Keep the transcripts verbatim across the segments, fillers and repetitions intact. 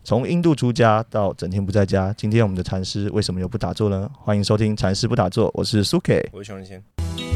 从印度出家到整天不在家，今天我们的禅师为什么又不打坐呢？欢迎收听禅师不打坐，我是苏 K， 我是熊仁谦。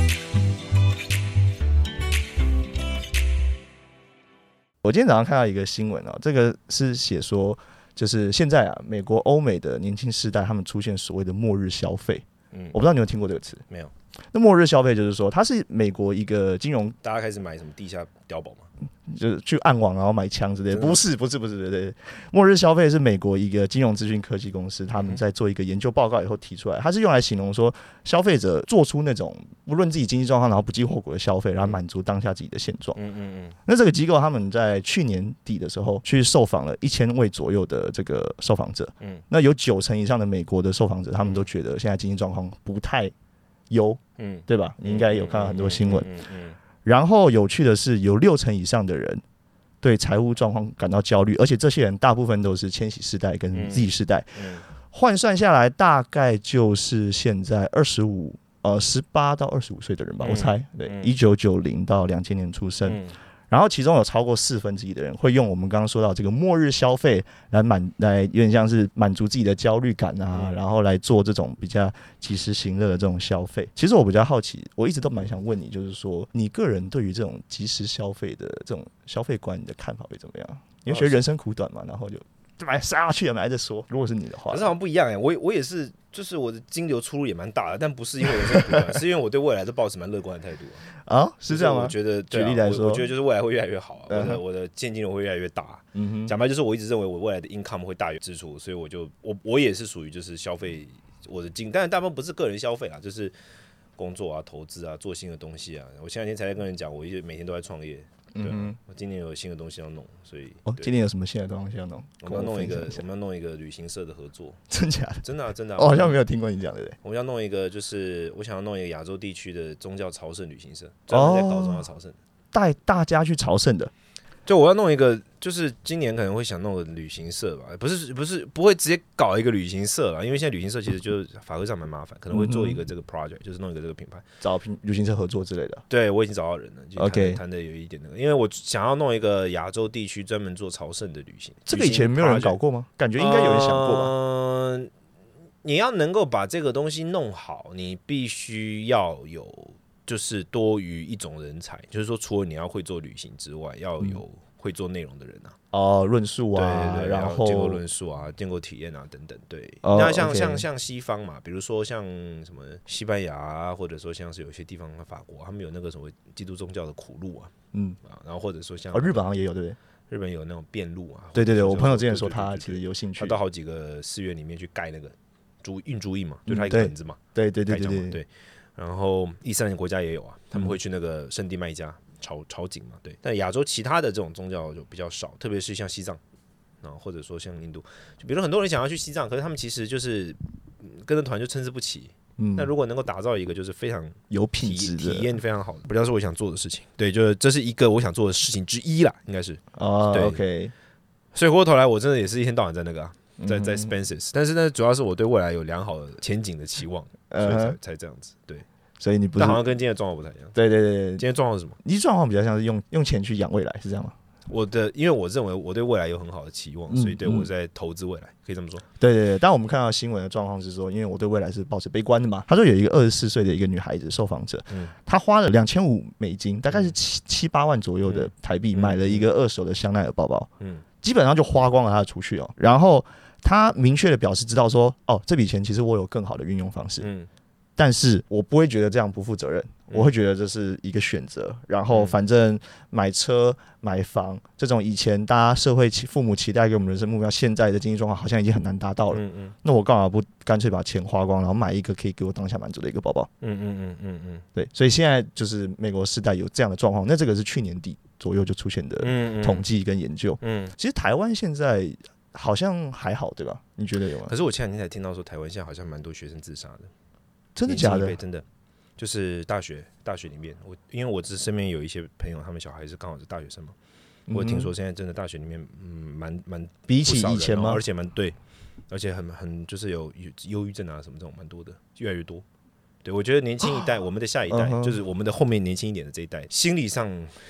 我今天早上看到一个新闻、哦、这个是写说，就是现在啊，美国、欧美的年轻世代他们出现所谓的末日消费。嗯，我不知道你有听过这个词没有？ 那末日消费就是说，它是美国一个金融， 大家开始买什么地下碉堡吗？ 就是去暗网然后买枪之类的，不是不是不是对对，末日消费是美国一个金融资讯科技公司他们在做一个研究报告以后提出来，它是用来形容说消费者做出那种不论自己经济状况然后不计后果的消费，然后满足当下自己的现状。嗯嗯嗯。那这个机构他们在去年底的时候去受访了一千位左右的这个受访者，嗯，那有九成以上的美国的受访者他们都觉得现在经济状况不太优，嗯，对吧？你应该有看到很多新闻。嗯嗯嗯。然后有趣的是，有六成以上的人对财务状况感到焦虑，而且这些人大部分都是千禧世代跟 Z 世代，换算下来大概就是现在二十五呃十八到二十五岁的人吧，我猜，对，一九九零到两千年出生。然后其中有超过四分之一的人会用我们刚刚说到这个末日消费来满来有点像是满足自己的焦虑感啊，嗯、然后来做这种比较及时行乐的这种消费。其实我比较好奇，我一直都蛮想问你，就是说你个人对于这种及时消费的这种消费观，你的看法会怎么样？因为觉得人生苦短嘛，然后就买杀下去了，买再说。如果是你的话， 可是好像不一样哎、欸，我我也是，就是我的金流出入也蛮大的，但不是因为人生苦短，是因为我对未来都抱持蛮乐观的态度啊。 啊，是这样吗？ 我觉得， 举例来说， 我，我觉得就是未来会越来越好、啊，我的我的现金流会越来越大。嗯讲白就是我一直认为我未来的 income 会大于支出，所以我就我我也是属于就是消费我的金，但是大部分不是个人消费啦，就是工作啊、投资啊、做新的东西啊。我前两天才在跟人讲，我每天都在创业。对、啊嗯，我今年有新的东西要弄，所以哦，今年有什么新的东西要弄？ 我们要弄一个，我们要弄一个旅行社的合作， 真假的？ 真的啊，真的、啊。 我好像没有听过你讲的。 我们要弄一个，就是我想要弄一个亚洲地区的宗教朝圣旅行社，专门在搞宗教朝圣， 带大家去朝圣的。 就我要弄一个，就是今年可能会想弄个旅行社吧，不是不是不会直接搞一个旅行社啦，因为现在旅行社其实就是法规上蛮麻烦，可能会做一个这个 project，、嗯、就是弄一个这个品牌， 找旅行社合作之类的。 对，我已经找到人了，就 OK， 谈的有一点那个，因为我想要弄一个亚洲地区专门做朝圣的旅行。 这个以前没有人搞过吗？感觉应该有人想过吧。 嗯、呃，你要能够把这个东西弄好，你必须要有就是多于一种人才，就是说除了你要会做旅行之外，要有、嗯。会做内容的人啊， 哦，论述啊， 对对对， 然后建构论述啊，建构体验啊，等等，对。哦、那像、okay. 像像西方嘛，比如说像什么西班牙啊，或者说像是有些地方的法国，他们有那个什么基督宗教的苦路啊，嗯啊，然后或者说像、 哦、日本好像也有，对不对？ 日本有那种遍路啊， 对对对，我朋友之前说他其实有兴趣， 他到好几个寺院里面去盖那个珠印珠印嘛，就他一个本子嘛， 对对对对 对, 对。然后伊斯兰国家也有啊，他们会去那个圣地麦加。朝朝觐嘛，对，但亚洲其他的这种宗教就比较少，特别是像西藏，然后或者说像印度，就比如说很多人想要去西藏，可是他们其实就是跟着团就参差不齐。嗯，那如果能够打造一个就是非常有品质的体验非常好的，不知道是我想做的事情，对，就是这是一个我想做的事情之一啦，应该是哦，对 ，OK。 所以回过头来，我真的也是一天到晚在那个、啊、在在 Spences，、嗯、但是呢，主要是我对未来有良好的前景的期望，所以才、uh-huh. 才这样子，对。 所以你不是， 但好像跟今天的状况不太一样。 对对对， 今天状况是什么？ 你状况比较像是用用钱去养未来，是这样吗？ 我的，因为我认为我对未来有很好的期望，嗯、所以对我在投资未来，可以这么说。 对对对，但我们看到新闻的状况是说，因为我对未来是抱持悲观的嘛。他说有一个二十四岁的一个女孩子受访者，嗯、她花了两千五美金，大概是七七八万左右的台币，嗯、买了一个二手的香奈儿包包，嗯，基本上就花光了她的储蓄哦。然后她明确的表示知道说，哦，这笔钱其实我有更好的运用方式，嗯。但是我不会觉得这样不负责任，我会觉得这是一个选择。然后反正买车买房这种以前大家社会父母期待给我们人生目标，现在的经济状况好像已经很难达到了。嗯嗯，那我干嘛不干脆把钱花光，然后买一个可以给我当下满足的一个包包？嗯嗯嗯嗯嗯，对。所以现在就是美国世代有这样的状况，那这个是去年底左右就出现的统计跟研究。嗯，其实台湾现在好像还好，对吧？你觉得有吗？ 可是我前两天才听到说，台湾现在好像蛮多学生自杀的。 真的假的？ 真的，就是大学大学里面，我因为我只身边有一些朋友，他们小孩是刚好是大学生嘛，嗯、我听说现在真的大学里面，嗯，蛮蛮比起以前吗？ 而且蛮对，而且很很就是有忧郁症啊什么这种蛮多的，越来越多。对，我觉得年轻一代，我们的下一代，就是我们的后面年轻一点的这一代，心理上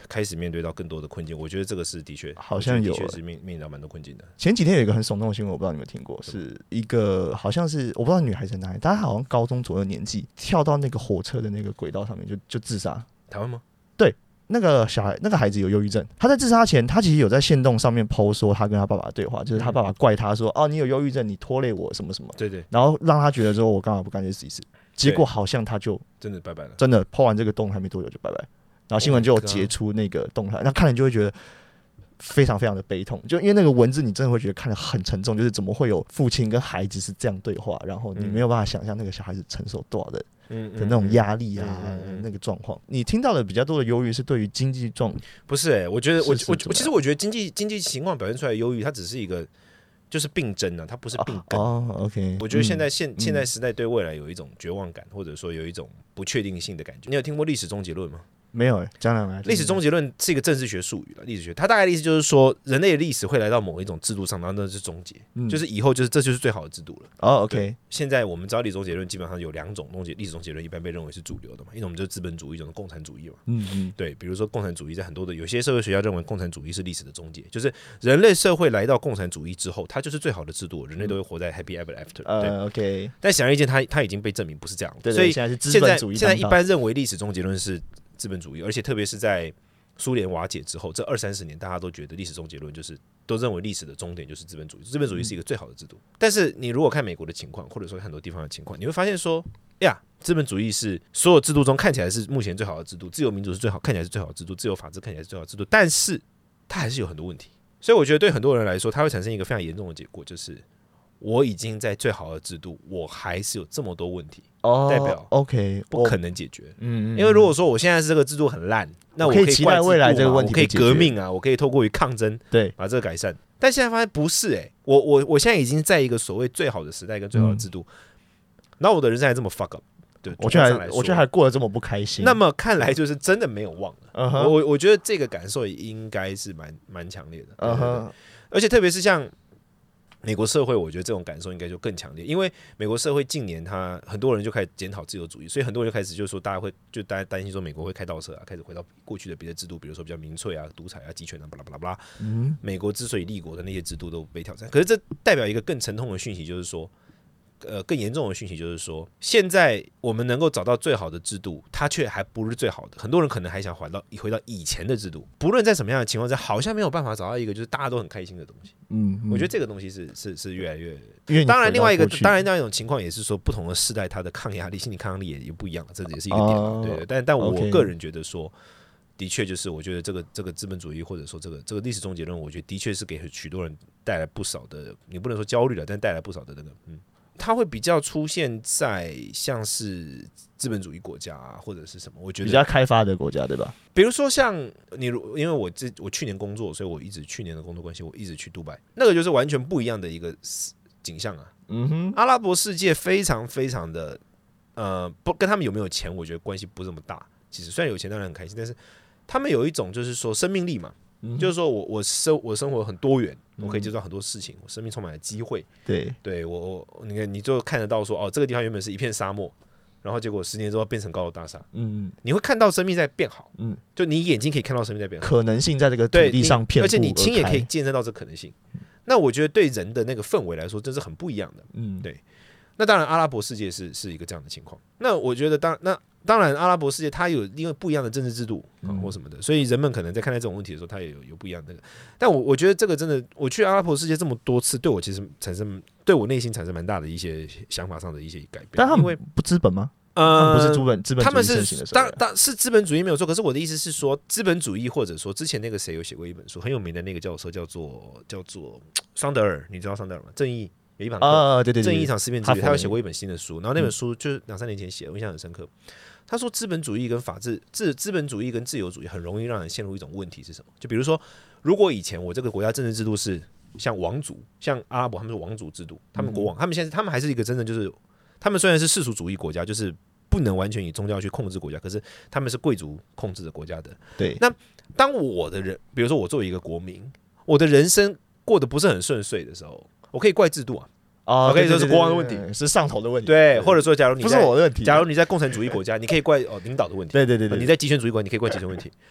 开始面对到更多的困境。我觉得这个是的确， 好像有， 的确是面面临到蛮多困境的。 前几天有一个很耸动的新闻，我不知道你们听过，是一个好像是我不知道女孩子哪里，但她好像高中左右年纪，跳到那个火车的那个轨道上面就就自杀。 台湾吗？ 对。那个小孩，那个孩子有忧郁症。他在自杀前，他其实有在限动上面 po 说他跟他爸爸的对话，就是他爸爸怪他说：“哦，你有忧郁症，你拖累我什么什么。” 对对。 然后让他觉得说：“我干嘛不干脆死一死？”结果好像他就真的拜拜了， 真的 po 完这个动态没多久就拜拜。然后新闻就有截出那个动态，那看了你就会觉得非常非常的悲痛，就因为那个文字你真的会觉得看得很沉重，就是怎么会有父亲跟孩子是这样对话，然后你没有办法想象那个小孩子承受多少的。嗯的那种压力啊，嗯嗯、那个状况，你听到的比较多的忧郁是对于经济状， 不是哎、欸，我觉得我我其实我觉得经济经济情况表现出来的忧郁，它只是一个就是病症啊，它不是病根。 哦、oh, ，OK， 我觉得现在现、嗯、现在时代对未来有一种绝望感，或者说有一种不确定性的感觉。你有听过历史终结论吗？ 没有哎、欸，将来来。 历史终结论是一个政治学术语了，历史学它大概的意思就是说，人类的历史会来到某一种制度上，然后那是终结，嗯、就是以后就是这就是最好的制度了。 哦、oh, ，OK。 现在我们知道历史终结论基本上有两种终结，历史终结论一般被认为是主流的嘛，一种就是资本主义，一种是共产主义嘛。嗯嗯。对，比如说共产主义，在很多的有些社会学家认为共产主义是历史的终结，就是人类社会来到共产主义之后，它就是最好的制度，人类都会活在 happy ever after。对、 呃、，OK。 但显而易见，它它已经被证明不是这样， 对对， 所以现在是资本主义。 现在一般认为历史终结论是资本主义，而且特别是在苏联瓦解之后，这二三十年大家都觉得历史终结论就是都认为历史的终点就是资本主义，资本主义是一个最好的制度。但是你如果看美国的情况，或者说很多地方的情况，你会发现说，呀，资本主义是所有制度中看起来是目前最好的制度，自由民主是最好看起来是最好的制度，自由法治看起来是最好的制度，但是它还是有很多问题。所以我觉得对很多人来说，它会产生一个非常严重的结果，就是我已经在最好的制度，我还是有这么多问题，哦、代表 OK 不可能解决。嗯，因为如果说我现在是这个制度很烂，那我可以期待未来这个问题， 我可以革命啊，我可以透过于抗争， 对， 把这个改善。但现在发现不是哎、欸，我我我现在已经在一个所谓最好的时代跟最好的制度，然后、嗯、我的人生还这么 fuck up， 对， 我觉得还我觉得还过得这么不开心。 那么看来就是真的没有望了。Uh huh. 我我觉得这个感受也应该是蛮蛮强烈的，对对对 uh huh. 而且特别是像美国社会，我觉得这种感受应该就更强烈，因为美国社会近年他很多人就开始检讨自由主义，所以很多人就开始就说大家会就大家担心说美国会开倒车啊，开始回到过去的别的制度，比如说比较民粹啊、独裁啊、集权啊，巴拉巴拉巴拉。嗯，美国之所以立国的那些制度都被挑战，可是这代表一个更沉痛的讯息，就是说。呃，更严重的讯息就是说，现在我们能够找到最好的制度，它却还不是最好的。很多人可能还想回到回到以前的制度，不论在什么样的情况下，好像没有办法找到一个就是大家都很开心的东西。嗯，嗯我觉得这个东西是是是越来越，当然另外一个当然另外一种情况也是说，不同的世代它的抗压力、心理抗压力也也不一样，这也是一个点嘛。哦、对对，但但我个人觉得说。的确，就是我觉得这个这个资本主义，或者说这个这个历史终结论，我觉得的确是给许多人带来不少的，你不能说焦虑了，但带来不少的那个，嗯，它会比较出现在像是资本主义国家、啊、或者是什么，我觉得比较开发的国家，对吧？ 比如说像你，因为我这我去年工作，所以我一直去年的工作关系，我一直去杜拜，那个就是完全不一样的一个景象啊。嗯哼，阿拉伯世界非常非常的，呃，不跟他们有没有钱，我觉得关系不是这么大。其实虽然有钱当然很开心，但是他们有一种就是说生命力嘛，嗯、就是说我我生我生活很多元，我可以接触到很多事情，我生命充满了机会。对，对我我你看你就看得到说哦，这个地方原本是一片沙漠，然后结果十年之后变成高楼大厦。嗯，你会看到生命在变好。嗯，就你眼睛可以看到生命在变好， 可能性在这个土地上遍布， 而且你亲也可以见证到这可能性。那我觉得对人的那个氛围来说，这是很不一样的。嗯，对。那当然，阿拉伯世界是是一个这样的情况。那我觉得当那。当然，阿拉伯世界它有因为不一样的政治制度啊或什么的，所以人们可能在看待这种问题的时候，它也有有不一样的那个。但我我觉得这个真的，我去阿拉伯世界这么多次，对我其实产生对我内心产生蛮大的一些想法上的一些改变。 但他们不资本吗？呃，不是资本资本主义盛行的时候， 当当是资本主义没有错。可是我的意思是说，资本主义或者说之前那个谁有写过一本书很有名的那个教授叫做叫做桑德尔，你知道桑德尔吗？正义有一本课啊，对对对，正义一场思辨之旅，他有写过一本新的书，然后那本书就是两三年前写的，我印象很深刻。他说，资本主义跟法治、资资本主义跟自由主义很容易让人陷入一种问题是什么？就比如说，如果以前我这个国家政治制度是像王族，像阿拉伯他们是王族制度，他们国王，他们现在他们还是一个真正就是，他们虽然是世俗主义国家，就是不能完全以宗教去控制国家，可是他们是贵族控制的国家的。 对。 那当我的人，比如说我作为一个国民，我的人生过得不是很顺遂的时候，我可以怪制度啊。 哦， 可以说是国王的问题， 是上头的问题。 对，或者说，假如你不是我的问题， 假如你在共产主义国家，你可以怪哦领导的问题。 对对对对， 你在极权主义国家，你可以怪极权问题。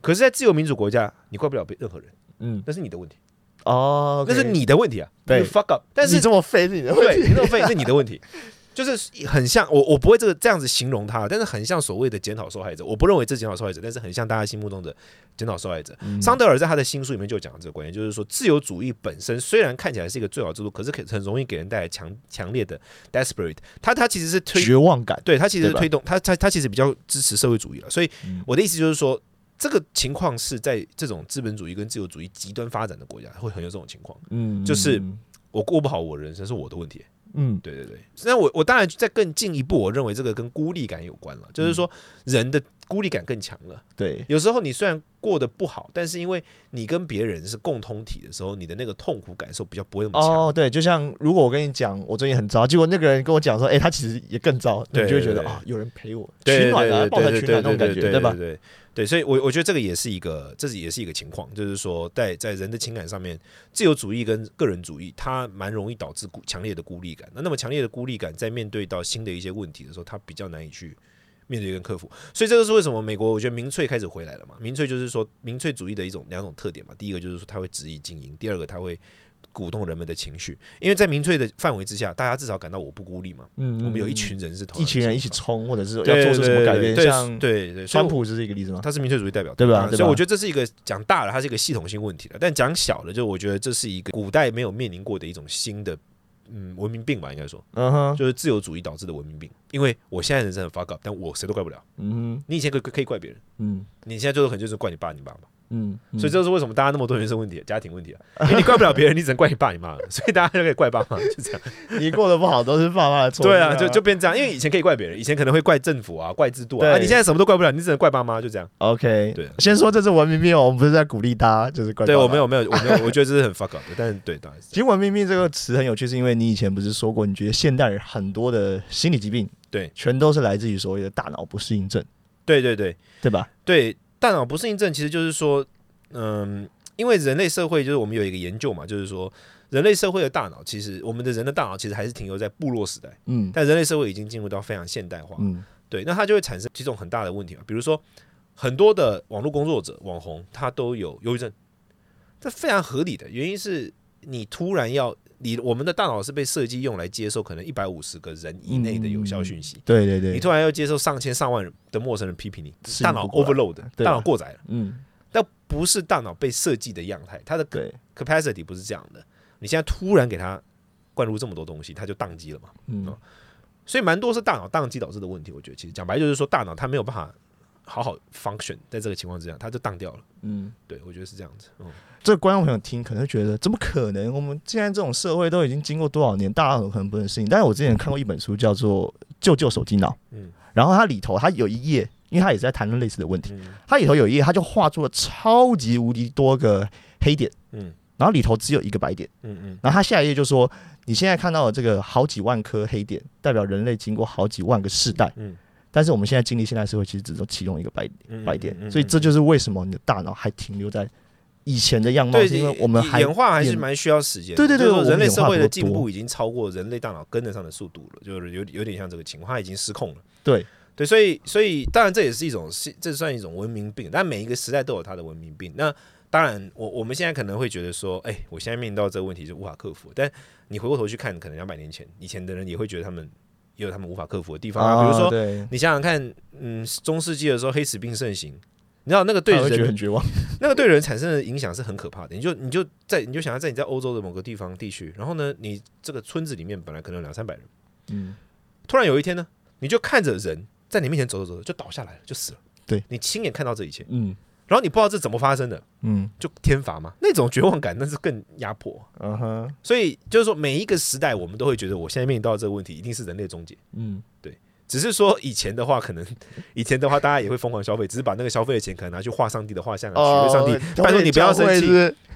可是，在自由民主国家，你怪不了任何人，嗯，那是你的问题。 哦， okay, 那是你的问题啊， 对 ，fuck up。但是你这么废是你的问题， 对，你这么废是你的问题，就是很像我，我不会这个这样子形容他，但是很像所谓的检讨受害者。我不认为这是检讨受害者，但是很像大家心目中的检讨受害者。嗯、桑德尔在他的新书里面就讲了这个观点，就是说自由主义本身虽然看起来是一个最好制度，可是很容易给人带来强强烈的 desperate。他他其实是推绝望感， 对他其实是推动他他他其实比较支持社会主义了。所以我的意思就是说。这个情况是在这种资本主义跟自由主义极端发展的国家会很有这种情况，嗯，就是我过不好我的人生是我的问题，嗯，对对对。那我我当然在更进一步，我认为这个跟孤立感有关了，就是说人的孤立感更强了。 对， 有时候你虽然过得不好，但是因为你跟别人是共通体的时候，你的那个痛苦感受比较不会那么强。 哦，对，就像如果我跟你讲我最近很糟，结果那个人跟我讲说，哎、欸，他其实也更糟，你就会觉得啊、哦，有人陪我，取暖啊，抱团取暖那种感觉，对吧？ 对对对，所以我我觉得这个也是一个，这是也是一个情况，就是说在在人的情感上面，自由主义跟个人主义，它蛮容易导致强烈的孤立感。那那么强烈的孤立感，在面对到新的一些问题的时候，它比较难以去面对跟克服。所以这个是为什么美国我觉得民粹开始回来了嘛？民粹就是说民粹主义的一种两种特点嘛。第一个就是说它会执意经营，第二个它会鼓动人们的情绪，因为在民粹的范围之下，大家至少感到我不孤立嘛。嗯，我们有一群人是同一群人一起冲，或者是要做出什么改变， 对像对对， 川普是一个例子吗？ 他是民粹主义代表， 对吧？ 所以我觉得这是一个讲大了，它是一个系统性问题了。但讲小了，就我觉得这是一个古代没有面临过的一种新的嗯文明病吧，应该说，嗯哼，就是自由主义导致的文明病。因为我现在人生很 fuck up， 但我谁都怪不了。嗯哼，你以前可以可以怪别人，嗯，你现在就是很就是怪你爸你妈嘛。嗯，所以这是为什么大家那么多人生问题、家庭问题啊？因为你怪不了别人，你只能怪你爸你妈，所以大家就可以怪爸妈，就这样。 你过得不好都是爸妈的错。 对啊，就就变这样。因为以前可以怪别人，以前可能会怪政府啊、怪制度啊，啊你现在什么都怪不了，你只能怪爸妈，就这样。 OK， 对。先说这是文明病，我们不是在鼓励大家就是怪爸妈。 对我没有没有我没有，我觉得这是很 fuck up 的，但是对，当然是。 其实文明病这个词很有趣，是因为你以前不是说过，你觉得现代人很多的心理疾病， 对， 全都是来自于所谓的大脑不适应症。 对对对， 对吧？ 对，大脑不适应症其实就是说。嗯，因为人类社会就是我们有一个研究嘛，就是说人类社会的大脑，其实我们的人的大脑其实还是停留在部落时代，嗯，但人类社会已经进入到非常现代化，嗯，对，那它就会产生几种很大的问题嘛，比如说很多的网络工作者、网红，他都有忧郁症，这非常合理的原因是你突然要。你我们的大脑是被设计用来接受可能一百五十个人以内的有效讯息、嗯， 对对对， 你突然要接受上千上万的陌生人批评你，大脑 overload， 大脑过载了，嗯。但不是大脑被设计的样态，它的 capacity 不是这样的。你现在突然给它灌入这么多东西，它就宕机了嘛。嗯，所以蛮多是大脑宕机导致的问题。我觉得其实讲白就是说，大脑它没有办法好好 function， 在这个情况之下，它就宕掉了。嗯，对，我觉得是这样子。嗯， 这个观众朋友听可能会觉得怎么可能？我们现在这种社会都已经经过多少年，大家有可能不能适应。但是我之前看过一本书，叫做《救救手机脑》。嗯，然后它里头它有一页。因为他也是在谈论类似的问题，他里头有一页，他就画出了超级无敌多个黑点，嗯，然后里头只有一个白点，嗯嗯，然后他下一页就说，你现在看到的这个好几万颗黑点，代表人类经过好几万个世代，嗯，但是我们现在经历现代社会，其实只有其中一个白白点，所以这就是为什么你的大脑还停留在以前的样貌，是因为我们还演化还是蛮需要时间， 对对对， 人类社会的进步已经超过人类大脑跟得上的速度了，就是有有点像这个情况，它已经失控了， 对。 对，所以所以当然这也是一种，这算一种文明病，但每一个时代都有它的文明病。那当然，我我们现在可能会觉得说，哎、欸，我现在面临到这个问题就无法克服。但你回过头去看，可能两百年前以前的人也会觉得他们也有他们无法克服的地方啊。比如说，哦、你想想看，嗯，中世纪的时候黑死病盛行，你知道那个对人很绝望， 那个对人产生的影响是很可怕的。你就你就在你就想要在你在欧洲的某个地方地区，然后呢，你这个村子里面本来可能有两三百人，嗯，突然有一天呢，你就看着人。在你面前走走走就倒下来了，就死了。 对， 你亲眼看到这一切，嗯，然后你不知道这怎么发生的，嗯，就天罚嘛，那种绝望感那是更压迫。嗯哼，所以就是说，每一个时代我们都会觉得，我现在面临到这个问题，一定是人类终结。嗯，对，只是说以前的话，可能以前的话，大家也会疯狂消费，只是把那个消费的钱可能拿去画上帝的画像啊，取悦上帝。拜托你不要生气。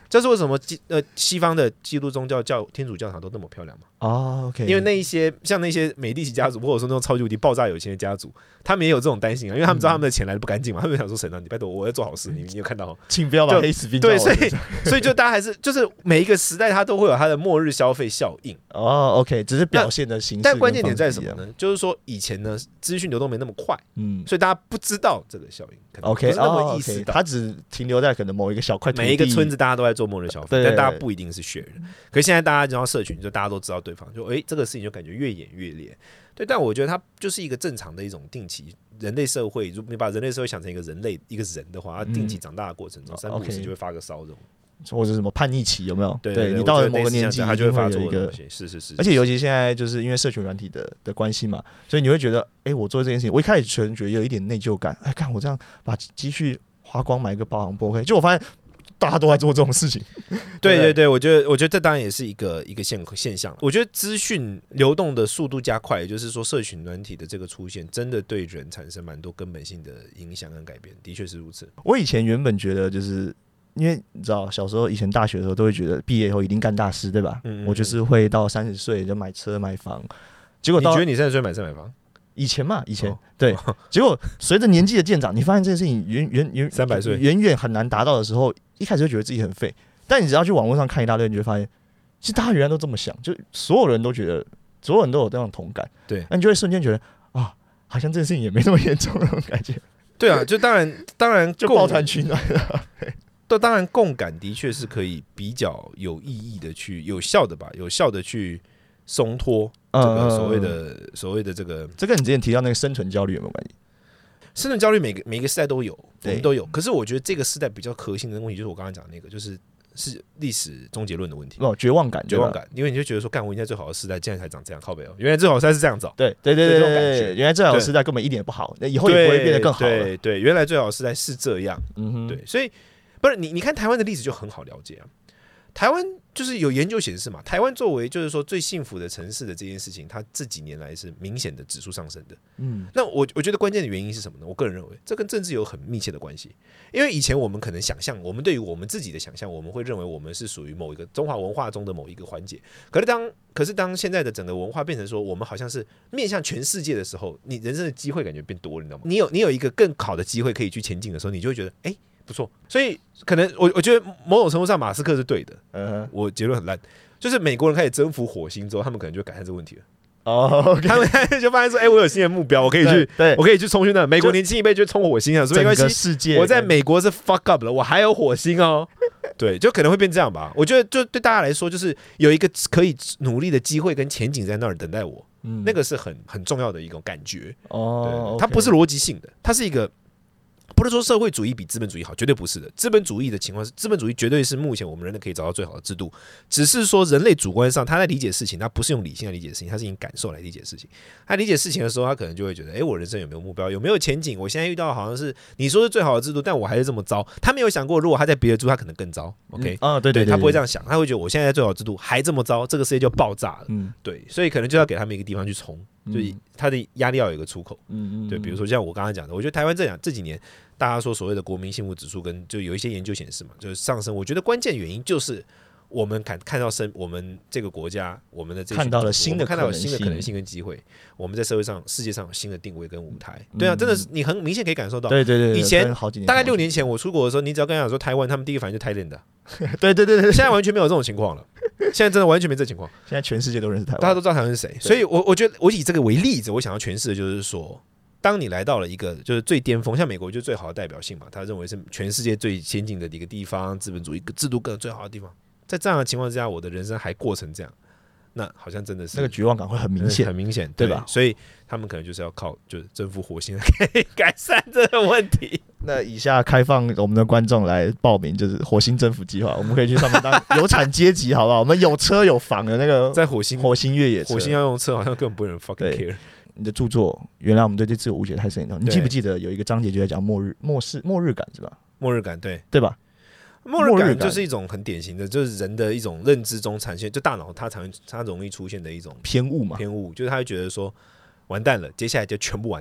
这是为什么呃西方的基督宗教教天主教堂都那么漂亮嘛？ 哦 ，OK， 因为那一些像那些美第奇家族，或者说那种超级无敌爆炸有钱的家族，他们也有这种担心啊，因为他们知道他们的钱来的不干净嘛，他们想说神啊，你拜托我要做好事，你你有看到？ 请不要把黑死病对，所以所以就大家还是就是每一个时代它都会有它的末日消费效应。 哦 ，OK， 只是表现的形式。 但关键点在什么呢？就是说以前呢资讯流动没那么快，嗯，所以大家不知道这个效应，可能不是那么意识到， 它只停留在可能某一个小块土地， 每一个村子大家都在做末日消费，但大家不一定是 share 的。可是现在大家知道社群，就大家都知道对方，就哎这个事情就感觉越演越烈。对，但我觉得它就是一个正常的一种定期人类社会，如果你把人类社会想成一个人类一个人的话，它定期长大的过程中，三不五时就会发个烧这种。 或者什么叛逆期有没有？ 对, 对, 对你到了某个年纪， 他就会发出一个，是是是。 而且尤其现在就是因为社群软体的的关系嘛，所以你会觉得，哎、欸，我做这件事情，我一开始觉得觉得有一点内疚感，哎、欸，看我这样把积蓄花光买一个包行不 OK， 就我发现大家都在做这种事情。 对对对，我觉得我觉得这当然也是一个一个现现象。我觉得资讯流动的速度加快，也就是说社群软体的这个出现，真的对人产生蛮多根本性的影响跟改变，的确是如此。 我以前原本觉得就是。因为你知道，小时候以前大学的时候都会觉得毕业以后一定干大事，对吧？嗯嗯嗯，我就是会到三十岁就买车买房。结果到你觉得你三十岁买车买房？ 以前嘛，以前、哦、对。结果随着年纪的渐长，你发现这件事情远远远三百岁远远很难达到的时候，一开始就觉得自己很废。但你只要去网络上看一大堆，你就会发现，其实大家原来都这么想，就所有人都觉得，所有人都有这样的同感。 对， 那你就会瞬间觉得啊，好像这件事情也没那么严重那种感觉。 对啊，就当然当然就抱团取暖了。 都当然，共感的确是可以比较有意义的去有效的吧，有效的去松脱这个所谓的、嗯、所谓的这个， 这跟你之前提到那个生存焦虑有没有关系？ 生存焦虑每个每一个时代都有，我们都有。可是我觉得这个时代比较核心的问题，就是我刚刚讲的那个，就是是历史终结论的问题。 哦，绝望感， 绝望感，因为你就觉得说，干我应该最好的时代，竟然才长这样，靠北哦，原来最好的时代是这样子、哦。 对对对对对，原来最好的时代根本一点也不好，以后也不会变得更好了。 对 对, 对，原来最好的时代是这样。嗯哼，对，所以。不是你，你看台湾的例子就很好了解啊。台湾就是有研究显示嘛，台湾作为就是说最幸福的城市的这件事情，它这几年来是明显的指数上升的。嗯，那我我觉得关键的原因是什么呢？我个人认为，这跟政治有很密切的关系。因为以前我们可能想象，我们对于我们自己的想象，我们会认为我们是属于某一个中华文化中的某一个环节。可是当可是当现在的整个文化变成说，我们好像是面向全世界的时候，你人生的机会感觉变多了，你知道吗？你有你有一个更好的机会可以去前进的时候，你就会觉得，哎、欸。不错，所以可能我我觉得某种程度上马斯克是对的，嗯，我结论很烂，就是美国人开始征服火星之后，他们可能就会改善这个问题了。哦、okay ，他们就发现说，哎、欸，我有新的目标，我可以去，对，我可以去冲去那。美国年轻一辈就冲火星啊，所以没关系， 世界我在美国是 fuck up 了，我还有火星哦。对，就可能会变这样吧。我觉得就对大家来说，就是有一个可以努力的机会跟前景在那儿等待我，嗯，那个是很很重要的一种感觉。哦，它不是逻辑性的，它是一个。不是说社会主义比资本主义好，绝对不是的。资本主义的情况是，资本主义绝对是目前我们人类可以找到最好的制度。只是说人类主观上他在理解事情，他不是用理性来理解事情，他是用感受来理解事情。他理解事情的时候，他可能就会觉得，哎，我人生有没有目标，有没有前景？我现在遇到好像是你说是最好的制度，但我还是这么糟。他没有想过，如果他在别的制度，他可能更糟。OK， 啊、哦，对 对, 对, 对, 对， 他不会这样想，他会觉得我现在在最好的制度还这么糟，这个世界就爆炸了。嗯，对，所以可能就要给他们一个地方去冲。就是他的压力要有一个出口，嗯嗯，对，比如说像我刚刚讲的，我觉得台湾这两这几年，大家说所谓的国民幸福指数跟就有一些研究显示嘛，就是上升。我觉得关键原因就是我们看看到生我们这个国家，我们的这看到了新的看到了新的可能性跟机会，我们在社会上、世界上有新的定位跟舞台。对啊，真的是你很明显可以感受到。 对对 对, 对， 以前大概六年前我出国的时候，你只要跟他讲说台湾，他们第一个反应就 Thailand 的。 对对对对， 现在完全没有这种情况了。现在真的完全没这情况， 现在全世界都认识台湾， 大家都知道台湾是谁，所以我我觉得我以这个为例子，我想要诠释的就是说，当你来到了一个就是最巅峰，像美国就是最好的代表性嘛，他认为是全世界最先进的一个地方，资本主义制度更最好的地方，在这样的情况之下，我的人生还过成这样，那好像真的是那个绝望感会很明显， 很明显， 对, 对吧？所以他们可能就是要靠就是征服火星来改善这个问题。 那以下开放我们的观众来报名，就是火星征服计划，我们可以去上面当有产阶级，好不好？我们有车有房的那个在火星火星越野车， 火星要用车，好像根本不会有人 fucking care。 你的著作，原来我们对这自我误解太深了。你记不记得有一个章节就在讲末日、末世、末日感是吧？ 末日感，对对吧？ 末日感就是一种很典型的，就是人的一种认知中产生，就大脑它常它容易出现的一种偏误嘛。 偏误就是他会觉得说，完蛋了，接下来就全部完蛋。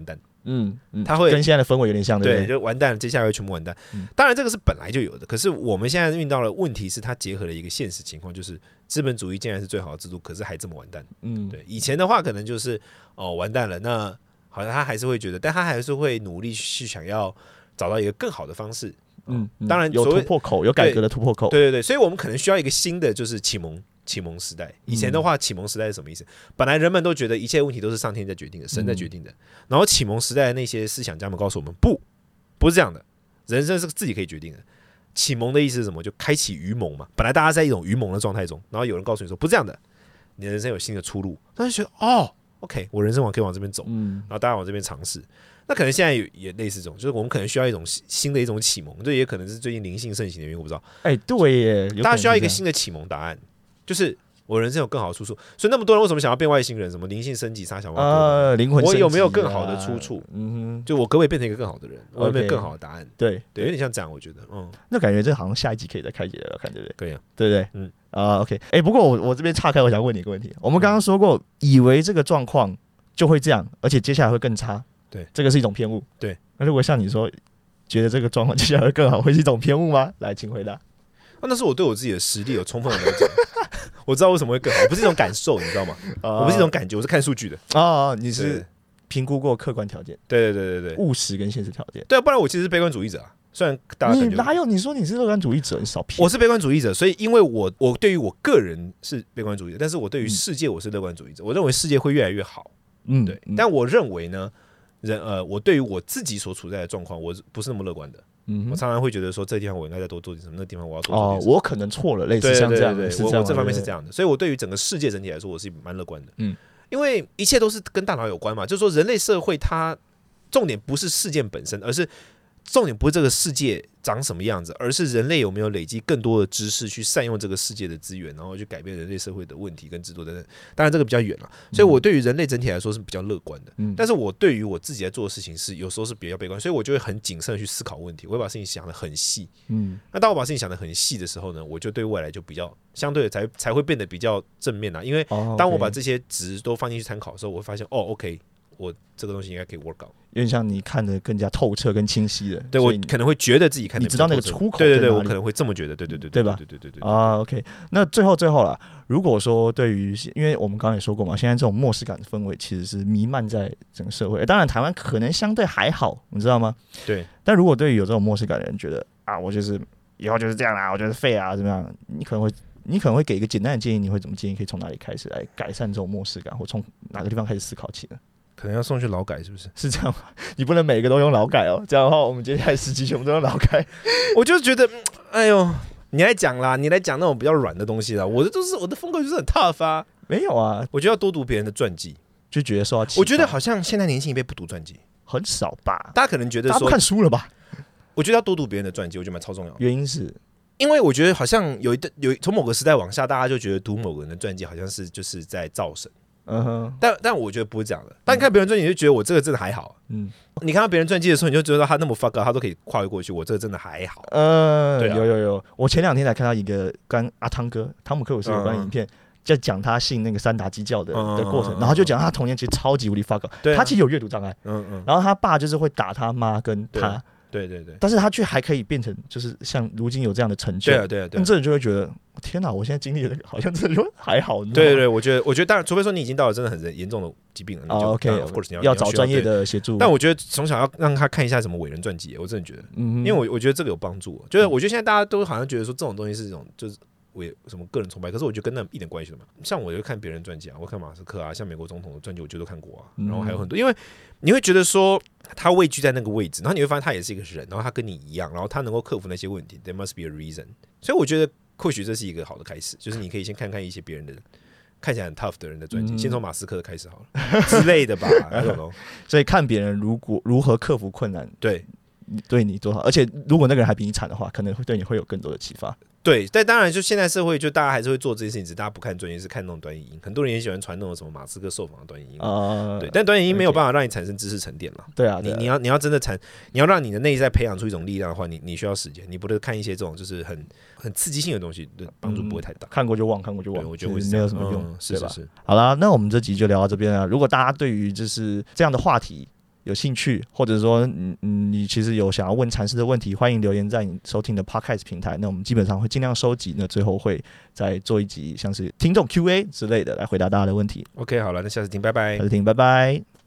嗯嗯， 他会跟现在的氛围有点像，对不对？对，就完蛋了，接下来会全部完蛋。嗯、当然，这个是本来就有的，可是我们现在遇到的问题是，它结合了一个现实情况，就是资本主义竟然是最好的制度，可是还这么完蛋。嗯，对，以前的话可能就是哦完蛋了，那好像他还是会觉得，但他还是会努力去想要找到一个更好的方式。嗯，当然有突破口，有改革的突破口。 对对对，所以我们可能需要一个新的，就是启蒙启蒙时代。以前的话，启蒙时代是什么意思？本来人们都觉得一切问题都是上天在决定的，神在决定的。然后启蒙时代的那些思想家们告诉我们，不，不是这样的，人生是自己可以决定的。启蒙的意思是什么？就开启愚蒙嘛。本来大家在一种愚蒙的状态中，然后有人告诉你说，不是这样的，你的人生有新的出路。大家觉得哦 ，OK， 我人生往可以往这边走，然后大家往这边尝试。那可能现在也类似这种，就是我们可能需要一种新的一种启蒙，这也可能是最近灵性盛行的原因，我不知道。 哎、欸，对耶， 大家需要一个新的启蒙答案，就是我人生有更好的出处。所以那么多人为什么想要变外星人？什么灵性升级、杀小猫、 呃，灵魂、啊， 我有没有更好的出处？嗯哼，就我可不可以变成一个更好的人？我有没有更好的答案？ 对对，有点像这样，我觉得，嗯， 那感觉这好像下一集可以再开解聊聊看，对不对？ 可以啊， 对不对？ 嗯啊、呃、，OK， 哎、欸，不过我我这边岔开，我想问你一个问题。我们刚刚说过，以为这个状况就会这样，而且接下来会更差。 对， 这个是一种偏误。 对， 那如果像你说，觉得这个状况接下来会更好，会是一种偏误吗？来，请回答。 啊，那是我对我自己的实力有充分的了解，我知道为什么会更好，不是一种感受，你知道吗？呃、我不是一种感觉，我是看数据的。 哦，你是评估过客观条件， 对对对对对， 务实跟现实条件。 对啊，不然我其实是悲观主义者啊。虽然大家你哪有？你说你是乐观主义者，你少骗。 我是悲观主义者，所以因为我我对于我个人是悲观主义者，但是我对于世界我是乐观主义者。我认为世界会越来越好。嗯，对。嗯、但我认为呢。人呃，我对于我自己所处在的状况，我不是那么乐观的。嗯，我常常会觉得说，这个地方我应该再多做点什么，那个地方我要多做点什么。 哦，我可能错了，类似像这样， 对对对对，我我这方面是这样的，所以我对于整个世界整体来说，我是蛮乐观的。嗯，因为一切都是跟大脑有关嘛，就是说人类社会它重点不是事件本身，而是重点不是这个世界长什么样子，而是人类有没有累积更多的知识去善用这个世界的资源，然后去改变人类社会的问题跟制度等等。当然这个比较远了，所以我对于人类整体来说是比较乐观的。嗯，但是我对于我自己在做的事情是有时候是比较悲观，所以我就会很谨慎的去思考问题，我会把事情想得很细。嗯，那当我把事情想得很细的时候呢，我就对未来就比较相对的才才会变得比较正面啊。因为当我把这些值都放进去参考的时候，我会发现哦 ，OK。我这个东西应该可以 work out， 有点像你看得更加透彻、更清晰的。 对，我可能会觉得自己看得你知道那个出口在哪里。 对对对，我可能会这么觉得。对对对， 对吧？ 对对对对啊 ，OK。那最后最后啦，如果说对于，因为我们刚刚也说过嘛，现在这种漠视感的氛围其实是弥漫在整个社会。当然，台湾可能相对还好，你知道吗？ 对。 但如果对于有这种漠视感的人，觉得啊，我就是以后就是这样啦，我就是废啊，怎么样？你可能会。你可能会给一个简单的建议，你会怎么建议？可以从哪里开始来改善这种漠视感，或从哪个地方开始思考起呢？ 可能要送去劳改，是不是？ 是这样吗？你不能每个都用劳改哦，这样的话，我们接下来十集全部都用劳改。 我就觉得，哎呦，你来讲啦，你来讲那种比较软的东西啦。我的都是我的风格就是很 tough 啊。 没有啊， 我觉得要多读别人的传记， 就觉得说， 我觉得好像现在年轻一辈不读传记， 很少吧？ 大家可能觉得说不看书了吧？ 我觉得要多读别人的传记，我觉得蛮超重要的。 原因是。 因为我觉得好像有一有从某个时代往下，大家就觉得读某个人的传记好像是就是在造神，嗯哼。但但我觉得不是这样的。当你看别人传记，你就觉得我这个真的还好，嗯。你看到别人传记的时候，你就觉得他那么 fuck up， 他都可以跨越过去，我这个真的还好。 嗯，对、啊，有有有。我前两天才看到一个跟阿汤哥汤姆克鲁斯有关的影片，在讲他信那个三达基教的、嗯、的过程，然后就讲他童年其实超级无敌 fuck up，、啊、他其实有阅读障碍，嗯嗯。然后他爸就是会打他妈跟他。 对对对， 但是他却还可以变成，就是像如今有这样的成就。 对啊对啊对啊， 那这人就会觉得，天哪，我现在经历的好像真的就还好。 对对对，我觉得，我觉得当然，除非说你已经到了真的很严重的疾病了，你就、 oh, OK， of course 你要要找专业的协助。 但我觉得从小要让他看一下什么伟人传记，我真的觉得，嗯，因为我我觉得这个有帮助。就是我觉得现在大家都好像觉得说这种东西是一种就是。为什么个人崇拜？可是我觉得跟那一点关系都没有。像我就看别人传记啊，我看马斯克啊，像美国总统的传记，我觉得都看过啊。然后还有很多，因为你会觉得说他位居在那个位置，然后你会发现他也是一个人，然后他跟你一样，然后他能够克服那些问题 ，there must be a reason。所以我觉得或许这是一个好的开始，就是你可以先看看一些别人的看起来很 tough 的人的传记，嗯、先从马斯克的开始好了之类的吧。 所以看别人如果如何克服困难， 对对你多好，而且如果那个人还比你惨的话，可能会对你会有更多的启发。 对，但当然，就现在社会，就大家还是会做这些事情，只是大家不看专业，是看那种短影音。很多人也喜欢传那种什么马斯克受访的短影音，呃、对。但短影音没有办法让你产生知识沉淀了。 对啊， 你你要你要真的产，你要让你的内在培养出一种力量的话，你你需要时间。你不能看一些这种就是很很刺激性的东西，对帮助不会太大。 嗯、看过就忘，看过就忘， 我觉得会没有什么用， 嗯、是是是。 好啦，那我们这集就聊到这边了。如果大家对于就是这样的话题， 有兴趣，或者说你你其实有想要问禅师的问题，欢迎留言在你收听的 Podcast 平台。那我们基本上会尽量收集，那最后会再做一集像是听众 Q A 之类的来回答大家的问题。 OK， 好了，那下次听，拜拜。 下次听，拜拜。